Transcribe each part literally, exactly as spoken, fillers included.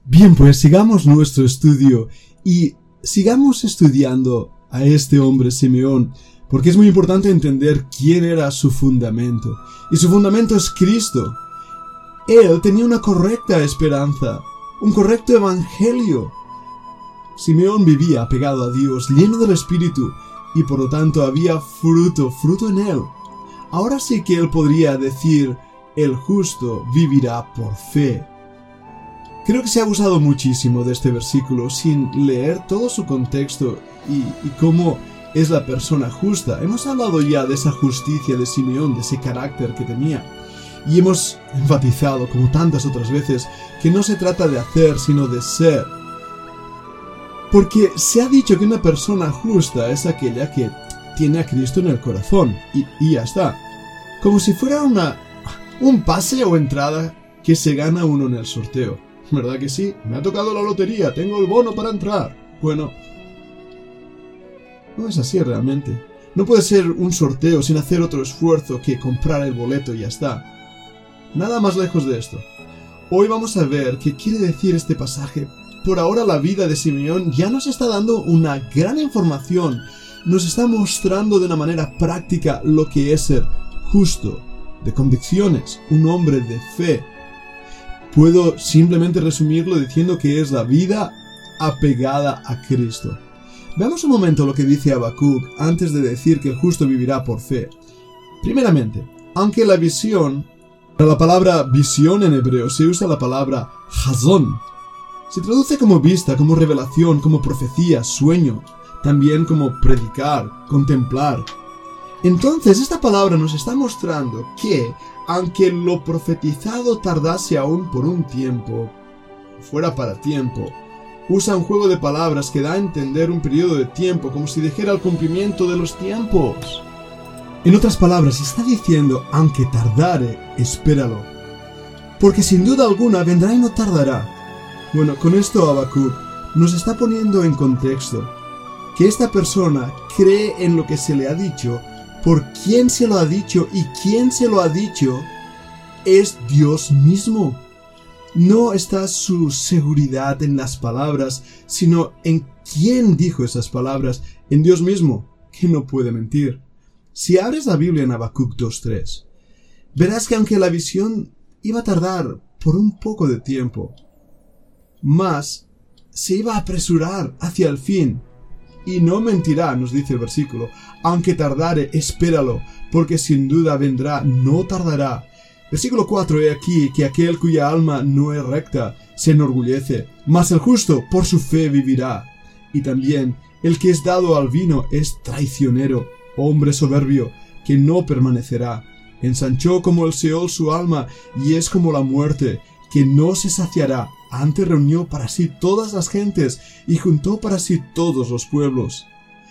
Bien, pues sigamos nuestro estudio y sigamos estudiando a este hombre Simeón, porque es muy importante entender quién era su fundamento. Y su fundamento es Cristo. Él tenía una correcta esperanza, un correcto evangelio. Simeón vivía apegado a Dios, lleno del Espíritu, y por lo tanto había fruto, fruto en él. Ahora sí que él podría decir, el justo vivirá por fe. Creo que se ha abusado muchísimo de este versículo sin leer todo su contexto y, y cómo es la persona justa. Hemos hablado ya de esa justicia de Simeón, de ese carácter que tenía. Y hemos enfatizado, como tantas otras veces, que no se trata de hacer, sino de ser. Porque se ha dicho que una persona justa es aquella que tiene a Cristo en el corazón. Y, y ya está. Como si fuera una, un pase o entrada que se gana uno en el sorteo. ¿Verdad que sí? Me ha tocado la lotería, tengo el bono para entrar. Bueno, no es así realmente. No puede ser un sorteo sin hacer otro esfuerzo que comprar el boleto y ya está. Nada más lejos de esto. Hoy vamos a ver qué quiere decir este pasaje. Por ahora la vida de Simeón ya nos está dando una gran información. Nos está mostrando de una manera práctica lo que es ser justo, de convicciones, un hombre de fe. Puedo simplemente resumirlo diciendo que es la vida apegada a Cristo. Veamos un momento lo que dice Habacuc antes de decir que el justo vivirá por fe. Primeramente, aunque la visión, para la palabra visión en hebreo se usa la palabra hazón. Se traduce como vista, como revelación, como profecía, sueño, también como predicar, contemplar. Entonces esta palabra nos está mostrando que, aunque lo profetizado tardase aún por un tiempo, fuera para tiempo, usa un juego de palabras que da a entender un periodo de tiempo, como si dijera el cumplimiento de los tiempos. En otras palabras, está diciendo, aunque tardare, espéralo, porque sin duda alguna vendrá y no tardará. Bueno, con esto Habacuc nos está poniendo en contexto que esta persona cree en lo que se le ha dicho, por quién se lo ha dicho, y quién se lo ha dicho es Dios mismo. No está su seguridad en las palabras, sino en quién dijo esas palabras, en Dios mismo, que no puede mentir. Si abres la Biblia en Habacuc dos tres, verás que aunque la visión iba a tardar por un poco de tiempo, mas se iba a apresurar hacia el fin. Y no mentirá, nos dice el versículo, aunque tardare, espéralo, porque sin duda vendrá, no tardará. Versículo cuatro, he aquí que aquel cuya alma no es recta se enorgullece, mas el justo por su fe vivirá. Y también el que es dado al vino es traicionero, hombre soberbio, que no permanecerá. Ensanchó como el Seol su alma, y es como la muerte, que no se saciará. Antes reunió para sí todas las gentes, y juntó para sí todos los pueblos.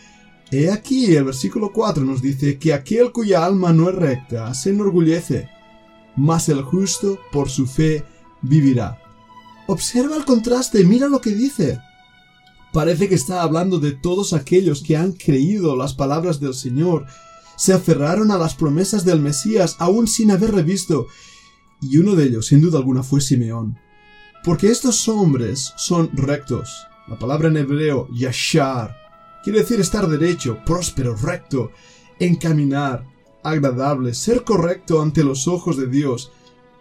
He aquí, el versículo cuatro nos dice que aquel cuya alma no es recta se enorgullece, mas el justo por su fe vivirá. Observa el contraste, mira lo que dice. Parece que está hablando de todos aquellos que han creído las palabras del Señor, se aferraron a las promesas del Mesías aún sin haber revisto, y uno de ellos, sin duda alguna, fue Simeón. Porque estos hombres son rectos. La palabra en hebreo, yashar, quiere decir estar derecho, próspero, recto, encaminar, agradable, ser correcto ante los ojos de Dios.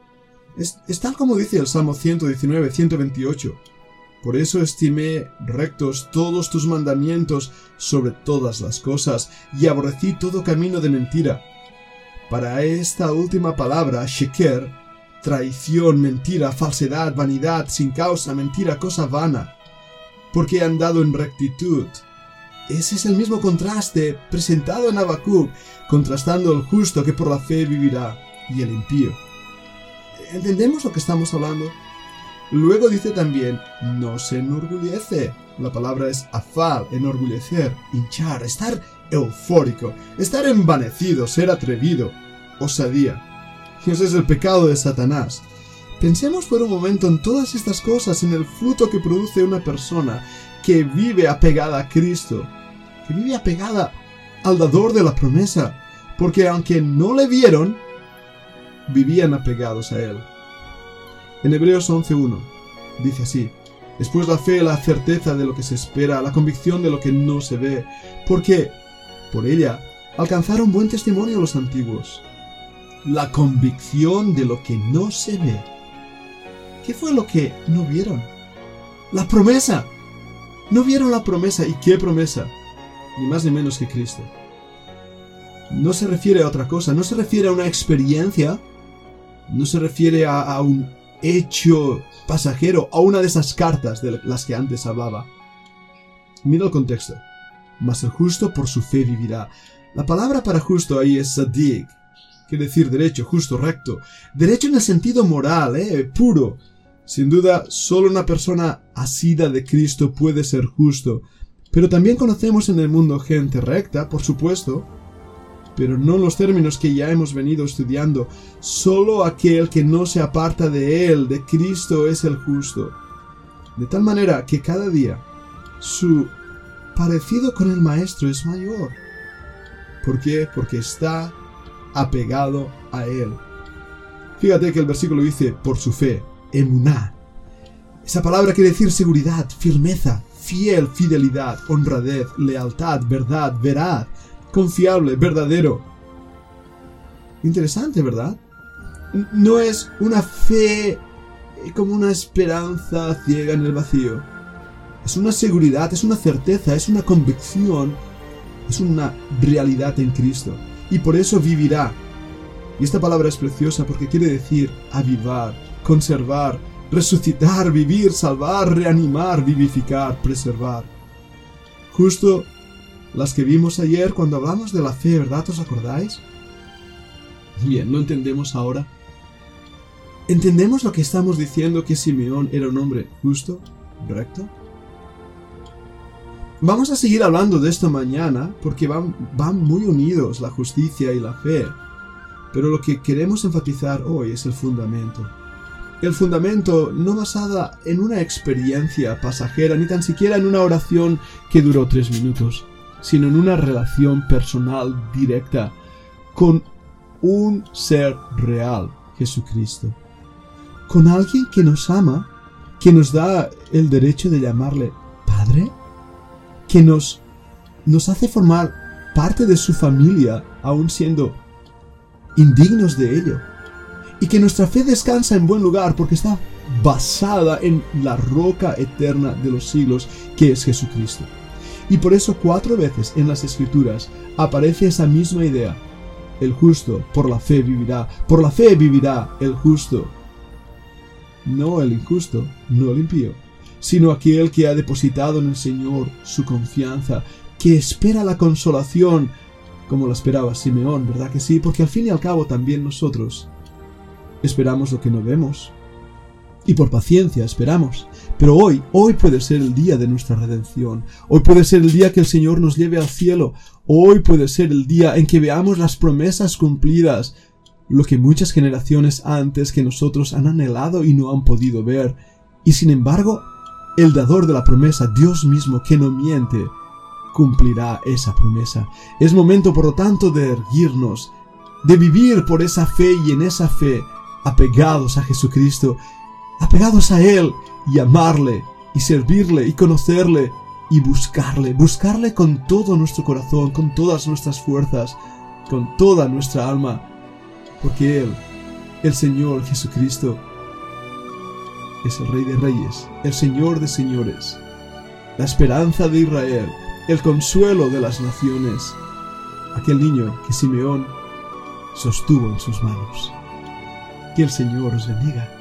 Es, es tal como dice el Salmo ciento diecinueve, ciento veintiocho. Por eso estimé rectos todos tus mandamientos sobre todas las cosas, y aborrecí todo camino de mentira. Para esta última palabra, sheker, traición, mentira, falsedad, vanidad, sin causa, mentira, cosa vana, porque he andado en rectitud. Ese es el mismo contraste presentado en Habacuc, contrastando el justo que por la fe vivirá y el impío. ¿Entendemos lo que estamos hablando? Luego dice también, no se enorgullece. La palabra es afal, enorgullecer, hinchar, estar eufórico, estar envanecido, ser atrevido, osadía. Ese es el pecado de Satanás. Pensemos por un momento en todas estas cosas, en el fruto que produce una persona que vive apegada a Cristo, que vive apegada al dador de la promesa, porque aunque no le vieron, vivían apegados a él. En Hebreos once uno dice así: Después la fe, la certeza de lo que se espera, la convicción de lo que no se ve, porque por ella alcanzaron buen testimonio los antiguos. La convicción de lo que no se ve. ¿Qué fue lo que no vieron? La promesa. No vieron la promesa. ¿Y qué promesa? Ni más ni menos que Cristo. No se refiere a otra cosa, no se refiere a una experiencia, no se refiere a, a un hecho pasajero, a una de esas cartas de las que antes hablaba. Mira el contexto. Mas el justo por su fe vivirá. La palabra para justo ahí es sadig, quiere decir derecho, justo, recto. Derecho en el sentido moral, eh, puro. Sin duda, solo una persona asida de Cristo puede ser justo. Pero también conocemos en el mundo gente recta, por supuesto, pero no en los términos que ya hemos venido estudiando. Solo aquel que no se aparta de Él, de Cristo, es el justo. De tal manera que cada día su parecido con el Maestro es mayor. ¿Por qué? Porque está apegado a Él. Fíjate que el versículo dice, por su fe, emuná. Esa palabra quiere decir seguridad, firmeza, fiel, fidelidad, honradez, lealtad, verdad, veraz, confiable, verdadero. Interesante, ¿verdad? No es una fe como una esperanza ciega en el vacío. Es una seguridad, es una certeza, es una convicción, es una realidad en Cristo. Y por eso vivirá. Y esta palabra es preciosa porque quiere decir avivar, conservar, resucitar, vivir, salvar, reanimar, vivificar, preservar. Justo las que vimos ayer cuando hablamos de la fe, ¿verdad? ¿Os acordáis? Bien, ¿lo entendemos ahora? ¿Entendemos lo que estamos diciendo, que Simeón era un hombre justo, recto? Vamos a seguir hablando de esto mañana porque van, van muy unidos la justicia y la fe. Pero lo que queremos enfatizar hoy es el fundamento. El fundamento no basada en una experiencia pasajera, ni tan siquiera en una oración que duró tres minutos, sino en una relación personal directa con un ser real, Jesucristo. Con alguien que nos ama, que nos da el derecho de llamarle Padre, que nos, nos hace formar parte de su familia, aun siendo indignos de ello. Y que nuestra fe descansa en buen lugar porque está basada en la roca eterna de los siglos, que es Jesucristo. Y por eso cuatro veces en las Escrituras aparece esa misma idea. El justo por la fe vivirá. Por la fe vivirá el justo. No el injusto, no el impío, sino aquel que ha depositado en el Señor su confianza, que espera la consolación, como la esperaba Simeón, ¿verdad que sí? Porque al fin y al cabo también nosotros esperamos lo que no vemos. Y por paciencia esperamos. Pero hoy, hoy puede ser el día de nuestra redención. Hoy puede ser el día que el Señor nos lleve al cielo. Hoy puede ser el día en que veamos las promesas cumplidas. Lo que muchas generaciones antes que nosotros han anhelado y no han podido ver. Y sin embargo, el dador de la promesa, Dios mismo que no miente, cumplirá esa promesa. Es momento, por lo tanto, de erguirnos, de vivir por esa fe y en esa fe, apegados a Jesucristo, apegados a Él y amarle y servirle y conocerle y buscarle, buscarle con todo nuestro corazón, con todas nuestras fuerzas, con toda nuestra alma, porque Él, el Señor Jesucristo, es el Rey de Reyes, el Señor de Señores, la esperanza de Israel, el consuelo de las naciones, aquel niño que Simeón sostuvo en sus manos. Que el Señor os bendiga.